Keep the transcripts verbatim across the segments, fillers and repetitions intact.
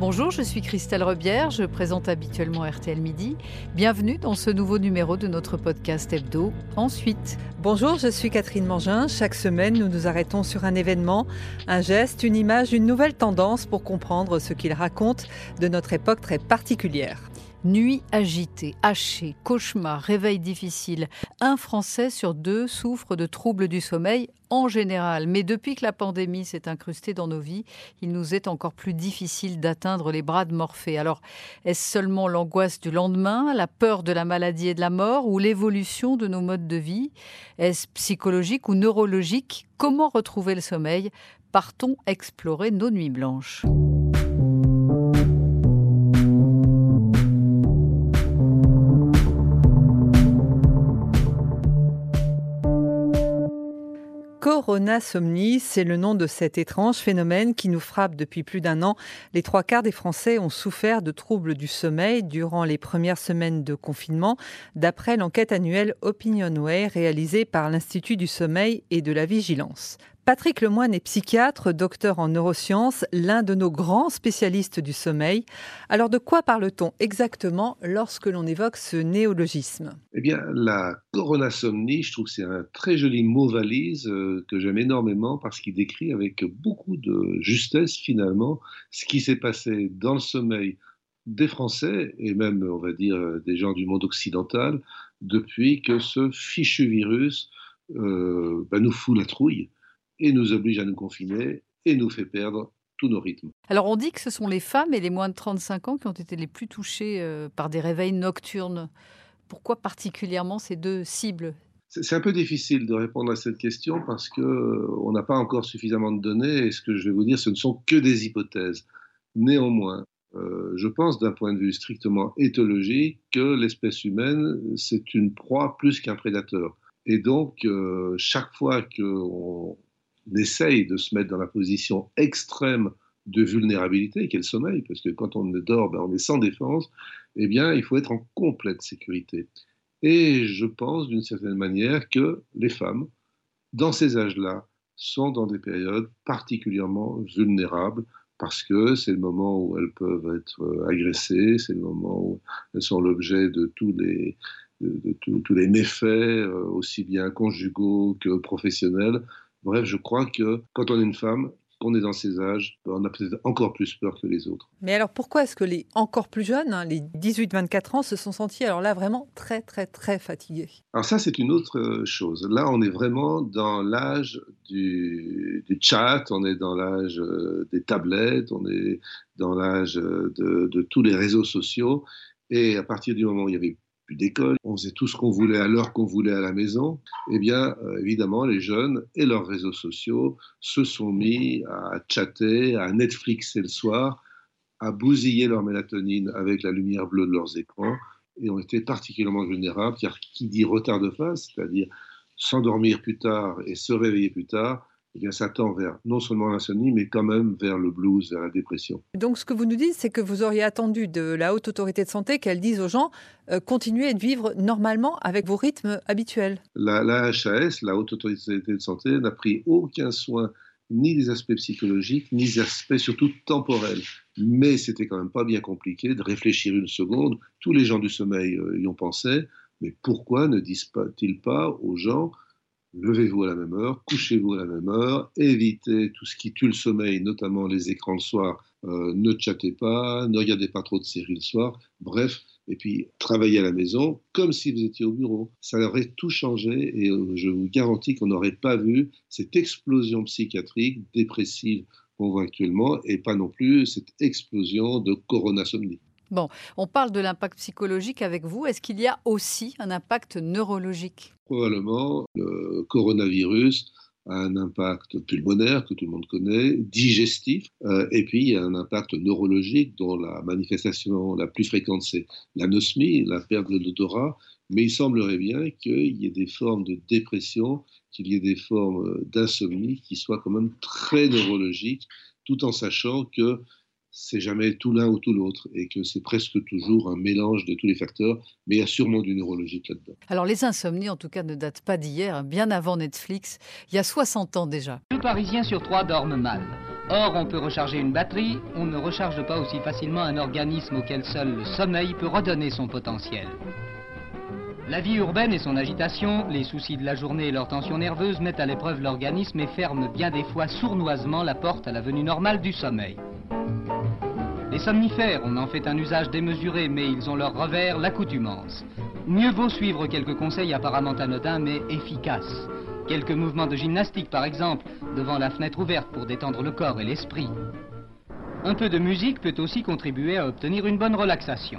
Bonjour, je suis Christelle Rebière, je présente habituellement R T L Midi. Bienvenue dans ce nouveau numéro de notre podcast hebdo, Ensuite. Bonjour, je suis Catherine Mangin. Chaque semaine, nous nous arrêtons sur un événement, un geste, une image, une nouvelle tendance pour comprendre ce qu'il raconte de notre époque très particulière. Nuit agitée, hachée, cauchemar, réveil difficile. Un Français sur deux souffre de troubles du sommeil en général. Mais depuis que la pandémie s'est incrustée dans nos vies, il nous est encore plus difficile d'atteindre les bras de Morphée. Alors, est-ce seulement l'angoisse du lendemain, la peur de la maladie et de la mort ou l'évolution de nos modes de vie? Est-ce psychologique ou neurologique? Comment retrouver le sommeil? Partons explorer nos nuits blanches. Coronasomnie, c'est le nom de cet étrange phénomène qui nous frappe depuis plus d'un an. Les trois quarts des Français ont souffert de troubles du sommeil durant les premières semaines de confinement, d'après l'enquête annuelle OpinionWay réalisée par l'Institut du sommeil et de la vigilance. Patrick Lemoine est psychiatre, docteur en neurosciences, l'un de nos grands spécialistes du sommeil. Alors de quoi parle-t-on exactement lorsque l'on évoque ce néologisme ? Eh bien, la coronasomnie, je trouve que c'est un très joli mot valise euh, que j'aime énormément parce qu'il décrit avec beaucoup de justesse finalement ce qui s'est passé dans le sommeil des Français et même, on va dire, des gens du monde occidental depuis que ce fichu virus euh, bah, nous fout la trouille et nous oblige à nous confiner et nous fait perdre tous nos rythmes. Alors on dit que ce sont les femmes et les moins de trente-cinq ans qui ont été les plus touchées euh, par des réveils nocturnes. Pourquoi particulièrement ces deux cibles ? C'est un peu difficile de répondre à cette question parce qu'on n'a pas encore suffisamment de données et ce que je vais vous dire, ce ne sont que des hypothèses. Néanmoins, euh, je pense d'un point de vue strictement éthologique que l'espèce humaine, c'est une proie plus qu'un prédateur. Et donc, euh, chaque fois qu'on on essaye de se mettre dans la position extrême de vulnérabilité, qu'est le sommeil, parce que quand on dort, ben on est sans défense, eh bien, il faut être en complète sécurité. Et je pense d'une certaine manière que les femmes, dans ces âges-là, sont dans des périodes particulièrement vulnérables, parce que c'est le moment où elles peuvent être agressées, c'est le moment où elles sont l'objet de tous les, de, de tous, tous les méfaits, aussi bien conjugaux que professionnels. Bref, je crois que quand on est une femme, qu'on est dans ces âges, on a peut-être encore plus peur que les autres. Mais alors pourquoi est-ce que les encore plus jeunes, hein, les dix-huit vingt-quatre ans, se sont sentis alors là vraiment très très très fatigués ? Alors ça, c'est une autre chose. Là, on est vraiment dans l'âge du, du chat, on est dans l'âge des tablettes, on est dans l'âge de, de tous les réseaux sociaux. Et à partir du moment où il y avait plus d'école, on faisait tout ce qu'on voulait à l'heure qu'on voulait à la maison, eh bien, euh, évidemment, les jeunes et leurs réseaux sociaux se sont mis à chatter, à Netflixer le soir, à bousiller leur mélatonine avec la lumière bleue de leurs écrans et ont été particulièrement vulnérables, car qui dit retard de phase, c'est-à-dire s'endormir plus tard et se réveiller plus tard, eh bien, ça tend vers non seulement l'insomnie, mais quand même vers le blues, vers la dépression. Donc, ce que vous nous dites, c'est que vous auriez attendu de la Haute Autorité de Santé qu'elle dise aux gens euh, continuez de vivre normalement avec vos rythmes habituels. La, la H A S, la Haute Autorité de Santé, n'a pris aucun soin ni des aspects psychologiques, ni des aspects surtout temporels. Mais c'était quand même pas bien compliqué de réfléchir une seconde. Tous les gens du sommeil euh, y ont pensé, mais pourquoi ne disent-ils pas aux gens levez-vous à la même heure, couchez-vous à la même heure, évitez tout ce qui tue le sommeil, notamment les écrans le soir, euh, ne chattez pas, ne regardez pas trop de séries le soir, bref, et puis travaillez à la maison comme si vous étiez au bureau. Ça aurait tout changé et euh, je vous garantis qu'on n'aurait pas vu cette explosion psychiatrique, dépressive qu'on voit actuellement et pas non plus cette explosion de coronasomnie. Bon, on parle de l'impact psychologique avec vous. Est-ce qu'il y a aussi un impact neurologique ? Probablement, le coronavirus a un impact pulmonaire que tout le monde connaît, digestif, euh, et puis il y a un impact neurologique dont la manifestation la plus fréquente c'est l'anosmie, la perte de l'odorat, mais il semblerait bien qu'il y ait des formes de dépression, qu'il y ait des formes d'insomnie qui soient quand même très neurologiques, tout en sachant que c'est jamais tout l'un ou tout l'autre et que c'est presque toujours un mélange de tous les facteurs, mais il y a sûrement du neurologique là-dedans. Alors les insomnies, en tout cas, ne datent pas d'hier, bien avant Netflix, il y a soixante ans déjà. Deux Parisiens sur trois dorment mal. Or, on peut recharger une batterie, on ne recharge pas aussi facilement un organisme auquel seul le sommeil peut redonner son potentiel. La vie urbaine et son agitation, les soucis de la journée et leur tension nerveuse mettent à l'épreuve l'organisme et ferment bien des fois sournoisement la porte à la venue normale du sommeil. Les somnifères, on en fait un usage démesuré, mais ils ont leur revers, l'accoutumance. Mieux vaut suivre quelques conseils apparemment anodins, mais efficaces. Quelques mouvements de gymnastique, par exemple, devant la fenêtre ouverte pour détendre le corps et l'esprit. Un peu de musique peut aussi contribuer à obtenir une bonne relaxation.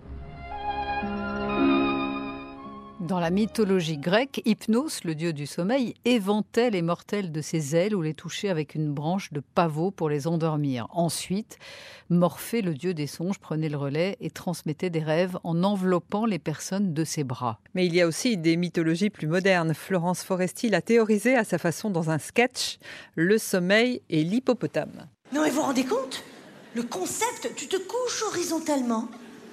Dans la mythologie grecque, Hypnos, le dieu du sommeil, éventait les mortels de ses ailes ou les touchait avec une branche de pavot pour les endormir. Ensuite, Morphée, le dieu des songes, prenait le relais et transmettait des rêves en enveloppant les personnes de ses bras. Mais il y a aussi des mythologies plus modernes. Florence Foresti l'a théorisé à sa façon dans un sketch, Le sommeil et l'hippopotame. Non mais vous vous rendez compte ? Le concept, tu te couches horizontalement.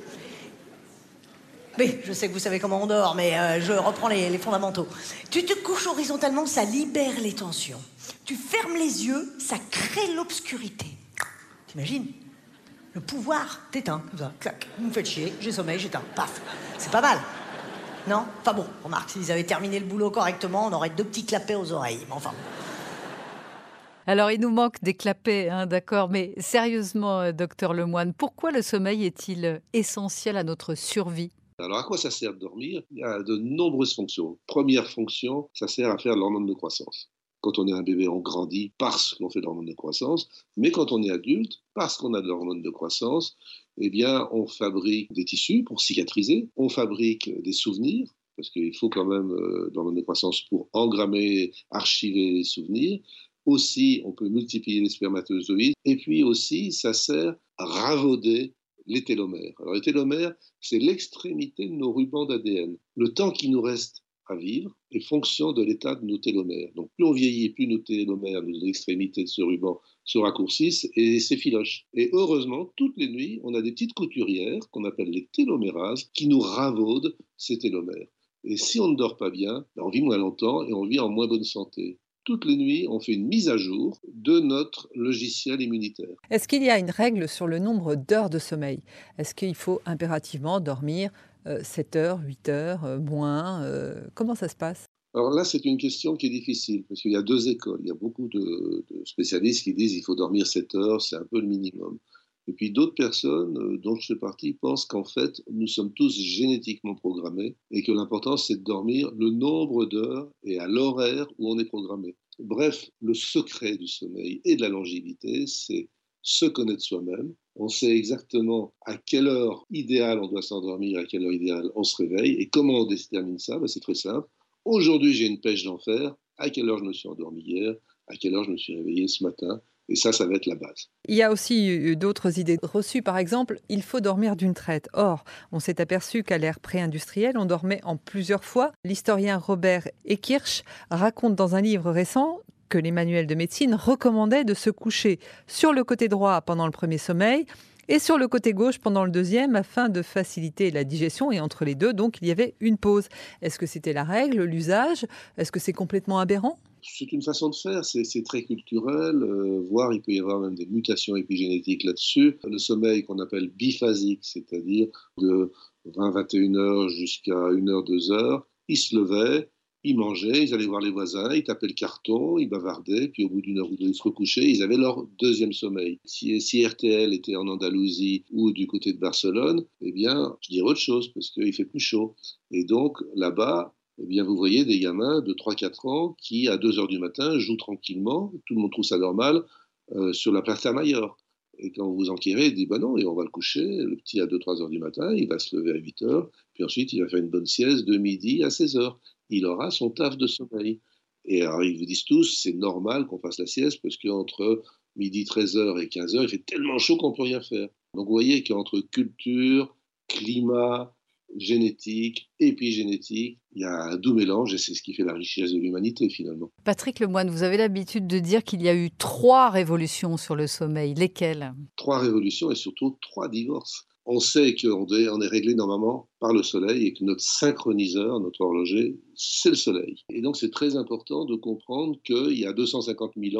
Oui, je sais que vous savez comment on dort, mais euh, je reprends les, les fondamentaux. Tu te couches horizontalement, ça libère les tensions. Tu fermes les yeux, ça crée l'obscurité. T'imagines ? Le pouvoir t'éteint, comme ça, clac. Vous me faites chier, j'ai sommeil, j'éteins, paf. C'est pas mal. Non ? Enfin bon, remarque, s'ils avaient terminé le boulot correctement, on aurait deux petits clapets aux oreilles, mais enfin... Alors, il nous manque des clapets, hein, d'accord, mais sérieusement, euh, docteur Lemoine, pourquoi le sommeil est-il essentiel à notre survie ? Alors, à quoi ça sert de dormir ? Il y a de nombreuses fonctions. Première fonction, ça sert à faire l'hormone de croissance. Quand on est un bébé, on grandit parce qu'on fait de l'hormone de croissance. Mais quand on est adulte, parce qu'on a de l'hormone de croissance, eh bien, on fabrique des tissus pour cicatriser, on fabrique des souvenirs, parce qu'il faut quand même euh, de l'hormone de croissance pour engrammer, archiver les souvenirs. Aussi, on peut multiplier les spermatozoïdes. Et puis aussi, ça sert à ravauder les télomères. Alors les télomères, c'est l'extrémité de nos rubans d'A D N. Le temps qui nous reste à vivre est fonction de l'état de nos télomères. Donc plus on vieillit, plus nos télomères, nos extrémités de ce ruban se raccourcissent et s'effilochent. Et heureusement, toutes les nuits, on a des petites couturières qu'on appelle les télomérases qui nous ravaudent ces télomères. Et si on ne dort pas bien, on vit moins longtemps et on vit en moins bonne santé. Toutes les nuits, on fait une mise à jour de notre logiciel immunitaire. Est-ce qu'il y a une règle sur le nombre d'heures de sommeil ? Est-ce qu'il faut impérativement dormir euh, sept heures, huit heures, euh, moins euh, Comment ça se passe ? Alors là, c'est une question qui est difficile, parce qu'il y a deux écoles. Il y a beaucoup de, de spécialistes qui disent qu'il faut dormir sept heures, c'est un peu le minimum. Et puis d'autres personnes, euh, dont je fais partie, pensent qu'en fait, nous sommes tous génétiquement programmés et que l'important, c'est de dormir le nombre d'heures et à l'horaire où on est programmé. Bref, le secret du sommeil et de la longévité, c'est se connaître soi-même. On sait exactement à quelle heure idéale on doit s'endormir, à quelle heure idéale on se réveille. Et comment on détermine ça ? Ben, c'est très simple. Aujourd'hui, j'ai une pêche d'enfer. À quelle heure je me suis endormi hier ? À quelle heure je me suis réveillé ce matin ? Et ça, ça va être la base. Il y a aussi d'autres idées reçues. Par exemple, il faut dormir d'une traite. Or, on s'est aperçu qu'à l'ère pré-industrielle, on dormait en plusieurs fois. L'historien Robert Ekirch raconte dans un livre récent que les manuels de médecine recommandaient de se coucher sur le côté droit pendant le premier sommeil et sur le côté gauche pendant le deuxième afin de faciliter la digestion. Et entre les deux, donc, il y avait une pause. Est-ce que c'était la règle, l'usage ? Est-ce que c'est complètement aberrant ? C'est une façon de faire, c'est, c'est très culturel, euh, voire il peut y avoir même des mutations épigénétiques là-dessus. Le sommeil qu'on appelle biphasique, c'est-à-dire de vingt à vingt et une heures jusqu'à une heure, deux heures, ils se levaient, ils mangeaient, ils allaient voir les voisins, ils tapaient le carton, ils bavardaient, puis au bout d'une heure ou deux, ils se recouchaient, ils avaient leur deuxième sommeil. Si, si R T L était en Andalousie ou du côté de Barcelone, eh bien, je dirais autre chose, parce qu'il fait plus chaud. Et donc, là-bas, eh bien, vous voyez des gamins de trois à quatre ans qui, à deux heures du matin, jouent tranquillement, tout le monde trouve ça normal, euh, sur la Plaza Mayor. Et quand vous enquérez, il dit, bah non, et on va le coucher, le petit à deux à trois heures du matin, il va se lever à huit heures, puis ensuite il va faire une bonne sieste de midi à seize heures. Il aura son taf de sommeil. Et alors, ils vous disent tous, c'est normal qu'on fasse la sieste, parce qu'entre midi treize heures et quinze heures, il fait tellement chaud qu'on ne peut rien faire. Donc vous voyez qu'entre culture, climat, génétique, épigénétique, il y a un doux mélange et c'est ce qui fait la richesse de l'humanité finalement. Patrick Lemoine, vous avez l'habitude de dire qu'il y a eu trois révolutions sur le sommeil. Lesquelles ? Trois révolutions et surtout trois divorces. On sait qu'on est réglé normalement par le soleil et que notre synchroniseur, notre horloger, c'est le soleil. Et donc c'est très important de comprendre qu'il y a deux cent cinquante mille ans,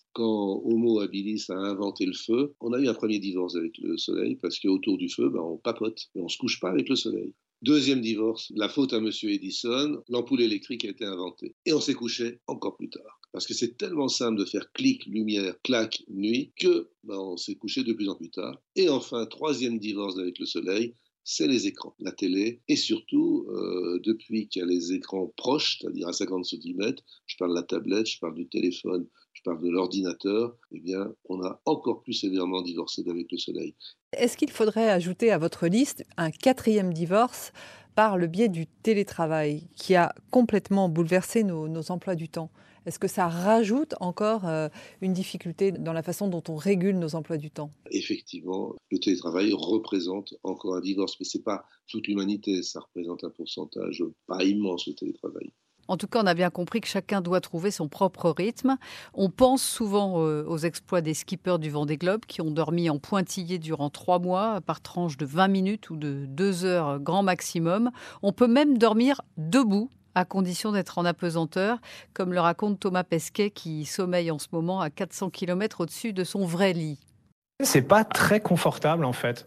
Quand Homo habilis a inventé le feu, on a eu un premier divorce avec le soleil parce qu'autour du feu, ben, on papote et on ne se couche pas avec le soleil. Deuxième divorce, la faute à monsieur Edison, l'ampoule électrique a été inventée. Et on s'est couché encore plus tard. Parce que c'est tellement simple de faire clic, lumière, clac, nuit, que ben, on s'est couché de plus en plus tard. Et enfin, troisième divorce avec le soleil, c'est les écrans, la télé, et surtout, euh, depuis qu'il y a les écrans proches, c'est-à-dire à cinquante centimètres, je parle de la tablette, je parle du téléphone, je parle de l'ordinateur, eh bien, on a encore plus sévèrement divorcé d'avec le soleil. Est-ce qu'il faudrait ajouter à votre liste un quatrième divorce par le biais du télétravail, qui a complètement bouleversé nos, nos emplois du temps ? Est-ce que ça rajoute encore euh, une difficulté dans la façon dont on régule nos emplois du temps ? Effectivement, le télétravail représente encore un divorce, mais ce n'est pas toute l'humanité, ça représente un pourcentage pas immense, le télétravail. En tout cas, on a bien compris que chacun doit trouver son propre rythme. On pense souvent euh, aux exploits des skippers du Vendée Globe qui ont dormi en pointillé durant trois mois par tranche de vingt minutes ou de deux heures grand maximum. On peut même dormir debout, à condition d'être en apesanteur, comme le raconte Thomas Pesquet qui sommeille en ce moment à quatre cents kilomètres au-dessus de son vrai lit. C'est pas très confortable en fait.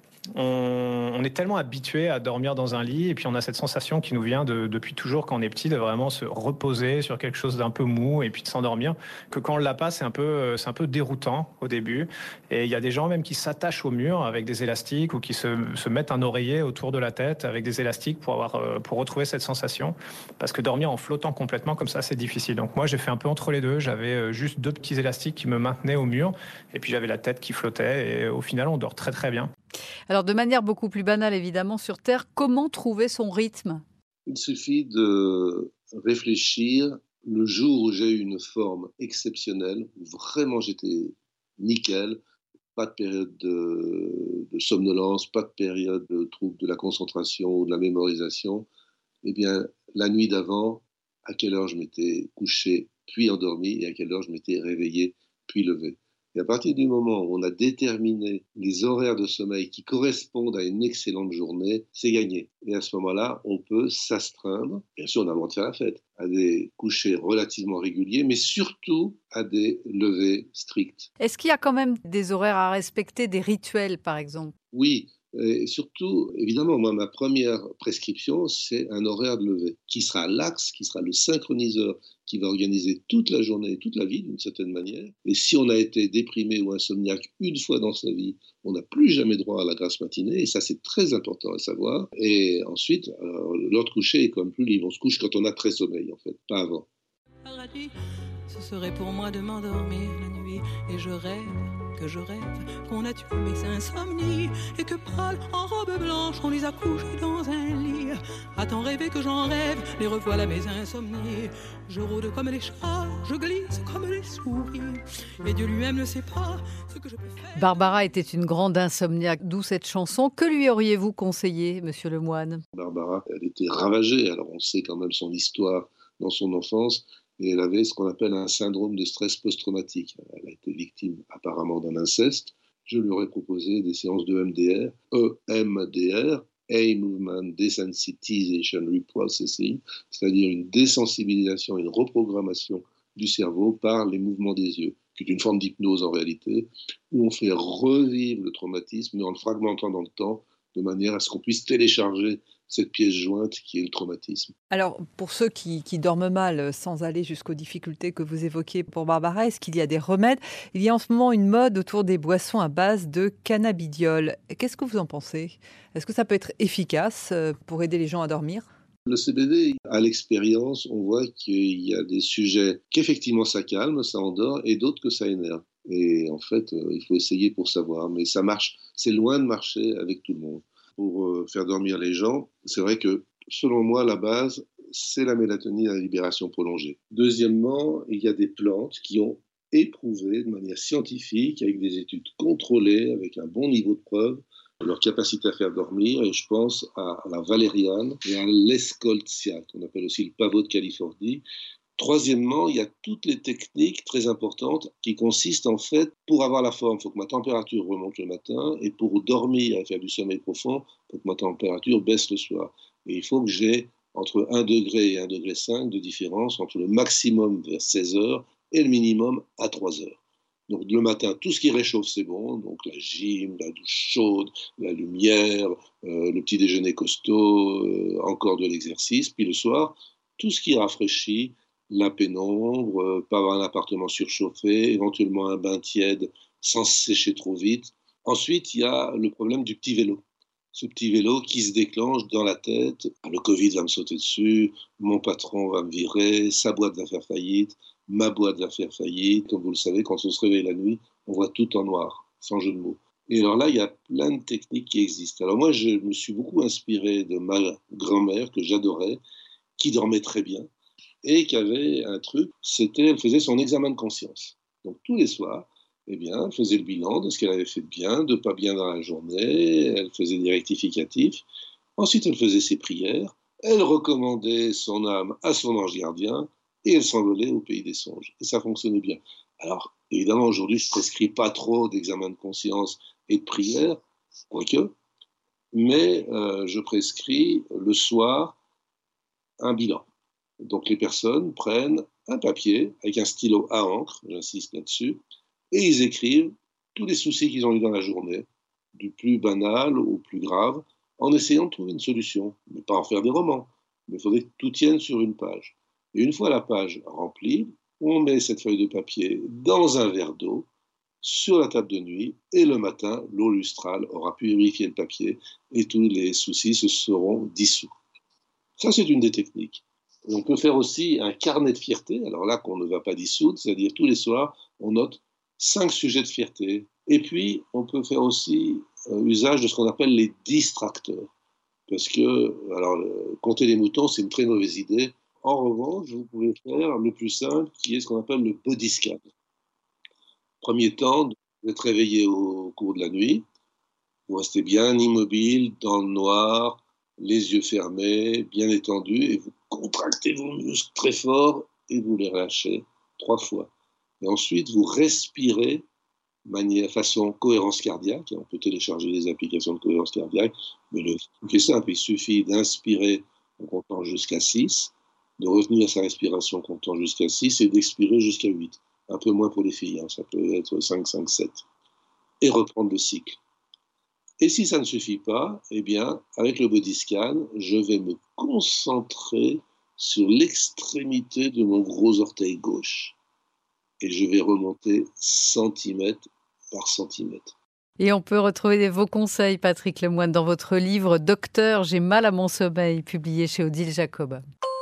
On, on est tellement habitué à dormir dans un lit et puis on a cette sensation qui nous vient de, depuis toujours quand on est petit de vraiment se reposer sur quelque chose d'un peu mou et puis de s'endormir, que quand on l'a pas, c'est un peu, c'est un peu déroutant au début. Et il y a des gens même qui s'attachent au mur avec des élastiques ou qui se, se mettent un oreiller autour de la tête avec des élastiques pour, avoir, pour retrouver cette sensation. Parce que dormir en flottant complètement comme ça, c'est difficile. Donc moi, j'ai fait un peu entre les deux. J'avais juste deux petits élastiques qui me maintenaient au mur et puis j'avais la tête qui flottait et au final, on dort très très bien. Alors, de manière beaucoup plus banale, évidemment, sur Terre, comment trouver son rythme ? Il suffit de réfléchir le jour où j'ai eu une forme exceptionnelle, où vraiment j'étais nickel, pas de période de, de somnolence, pas de période de trouble de la concentration ou de la mémorisation. Eh bien, la nuit d'avant, à quelle heure je m'étais couché, puis endormi, et à quelle heure je m'étais réveillé, puis levé. Et à partir du moment où on a déterminé les horaires de sommeil qui correspondent à une excellente journée, c'est gagné. Et à ce moment-là, on peut s'astreindre, bien sûr on a le droit de faire la fête, à des couchers relativement réguliers, mais surtout à des levées strictes. Est-ce qu'il y a quand même des horaires à respecter, des rituels par exemple ? Oui. Et surtout, évidemment, moi, ma première prescription, c'est un horaire de lever qui sera l'axe, qui sera le synchroniseur, qui va organiser toute la journée et toute la vie d'une certaine manière. Et si on a été déprimé ou insomniaque une fois dans sa vie, on n'a plus jamais droit à la grasse matinée. Et ça, c'est très important à savoir. Et ensuite, alors, l'heure de coucher est quand même plus libre. On se couche quand on a très sommeil, en fait, pas avant. Paradis, ce serait pour moi de m'endormir la nuit et je rêve. Que je rêve qu'on a tué mes insomnies et que pâles en robe blanche on les a couchés dans un lit. À tant rêver que j'en rêve, les revoilà mes insomnies. Je rôde comme les chats, je glisse comme les souris. Et Dieu lui-même ne sait pas ce que je peux faire. Barbara était une grande insomniaque, d'où cette chanson. Que lui auriez-vous conseillé, monsieur Lemoine ? Barbara, elle était ravagée. Alors on sait quand même son histoire dans son enfance. Et elle avait ce qu'on appelle un syndrome de stress post-traumatique. Elle a été victime apparemment d'un inceste. Je lui aurais proposé des séances de M D R, E M D R, Eye Movement Desensitization Reprocessing, c'est-à-dire une désensibilisation, une reprogrammation du cerveau par les mouvements des yeux, qui est une forme d'hypnose en réalité, où on fait revivre le traumatisme, mais en le fragmentant dans le temps, de manière à ce qu'on puisse télécharger cette pièce jointe qui est le traumatisme. Alors, pour ceux qui, qui dorment mal, sans aller jusqu'aux difficultés que vous évoquez pour Barbara, est-ce qu'il y a des remèdes ? Il y a en ce moment une mode autour des boissons à base de cannabidiol. Qu'est-ce que vous en pensez ? Est-ce que ça peut être efficace pour aider les gens à dormir ? Le C B D, à l'expérience, on voit qu'il y a des sujets qu'effectivement ça calme, ça endort, et d'autres que ça énerve. Et en fait, il faut essayer pour savoir. Mais ça marche, c'est loin de marcher avec tout le monde. Pour faire dormir les gens, c'est vrai que, selon moi, la base, c'est la mélatonine à libération prolongée. Deuxièmement, il y a des plantes qui ont éprouvé de manière scientifique, avec des études contrôlées, avec un bon niveau de preuve, leur capacité à faire dormir, et je pense à la valériane et à l'escoltiate, qu'on appelle aussi le pavot de Californie. Troisièmement, il y a toutes les techniques très importantes qui consistent en fait, pour avoir la forme, il faut que ma température remonte le matin, et pour dormir et faire du sommeil profond, il faut que ma température baisse le soir. Et il faut que j'ai entre un degré et un degré cinq de différence entre le maximum vers seize heures et le minimum à trois heures. Donc le matin, tout ce qui réchauffe, c'est bon. Donc la gym, la douche chaude, la lumière, euh, le petit déjeuner costaud, euh, encore de l'exercice. Puis le soir, tout ce qui rafraîchit, la pénombre, euh, pas avoir un appartement surchauffé, éventuellement un bain tiède sans se sécher trop vite. Ensuite, il y a le problème du petit vélo. Ce petit vélo qui se déclenche dans la tête. Le Covid va me sauter dessus, mon patron va me virer, sa boîte va faire faillite, ma boîte va faire faillite. Comme vous le savez, quand on se réveille la nuit, on voit tout en noir, sans jeu de mots. Et alors là, il y a plein de techniques qui existent. Alors moi, je me suis beaucoup inspiré de ma grand-mère, que j'adorais, qui dormait très bien, et qui avait un truc, c'était, elle faisait son examen de conscience. Donc tous les soirs, eh bien, elle faisait le bilan de ce qu'elle avait fait de bien, de pas bien dans la journée, elle faisait des rectificatifs. Ensuite, elle faisait ses prières, elle recommandait son âme à son ange gardien, et elle s'envolait au pays des songes. Et ça fonctionnait bien. Alors, évidemment, aujourd'hui, je ne prescris pas trop d'examen de conscience et de prière, quoique, mais euh, je prescris le soir un bilan. Donc les personnes prennent un papier avec un stylo à encre, j'insiste là-dessus, et ils écrivent tous les soucis qu'ils ont eu dans la journée, du plus banal au plus grave, en essayant de trouver une solution. Mais pas en faire des romans, mais il faudrait que tout tienne sur une page. Et une fois la page remplie, on met cette feuille de papier dans un verre d'eau, sur la table de nuit, et le matin, l'eau lustrale aura purifié le papier et tous les soucis se seront dissous. Ça, c'est une des techniques. Et on peut faire aussi un carnet de fierté, alors là qu'on ne va pas dissoudre, c'est-à-dire tous les soirs, on note cinq sujets de fierté. Et puis, on peut faire aussi euh, usage de ce qu'on appelle les distracteurs. Parce que, alors, euh, compter les moutons, c'est une très mauvaise idée. En revanche, vous pouvez faire le plus simple, qui est ce qu'on appelle le body scan. Premier temps, vous êtes réveillé au cours de la nuit, vous restez bien immobile, dans le noir, les yeux fermés, bien étendus, et vous contractez vos muscles très fort et vous les relâchez trois fois. Et ensuite, vous respirez de façon cohérence cardiaque. On peut télécharger des applications de cohérence cardiaque, mais le truc est simple, il suffit d'inspirer en comptant jusqu'à six, de revenir à sa respiration en comptant jusqu'à six et d'expirer jusqu'à huit. Un peu moins pour les filles, hein, ça peut être cinq, cinq, sept. Et reprendre le cycle. Et si ça ne suffit pas, eh bien, avec le body scan, je vais me concentrer sur l'extrémité de mon gros orteil gauche. Et je vais remonter centimètre par centimètre. Et on peut retrouver vos conseils, Patrick Lemoine, dans votre livre « Docteur, j'ai mal à mon sommeil », publié chez Odile Jacob.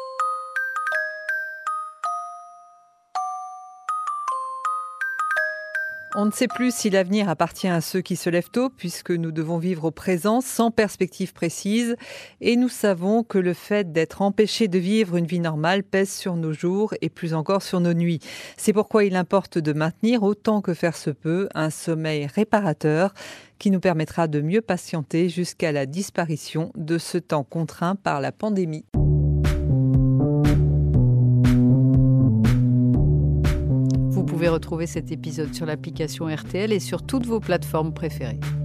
On ne sait plus si l'avenir appartient à ceux qui se lèvent tôt, puisque nous devons vivre au présent sans perspective précise. Et nous savons que le fait d'être empêché de vivre une vie normale pèse sur nos jours et plus encore sur nos nuits. C'est pourquoi il importe de maintenir autant que faire se peut un sommeil réparateur qui nous permettra de mieux patienter jusqu'à la disparition de ce temps contraint par la pandémie. Vous pouvez retrouver cet épisode sur l'application R T L et sur toutes vos plateformes préférées.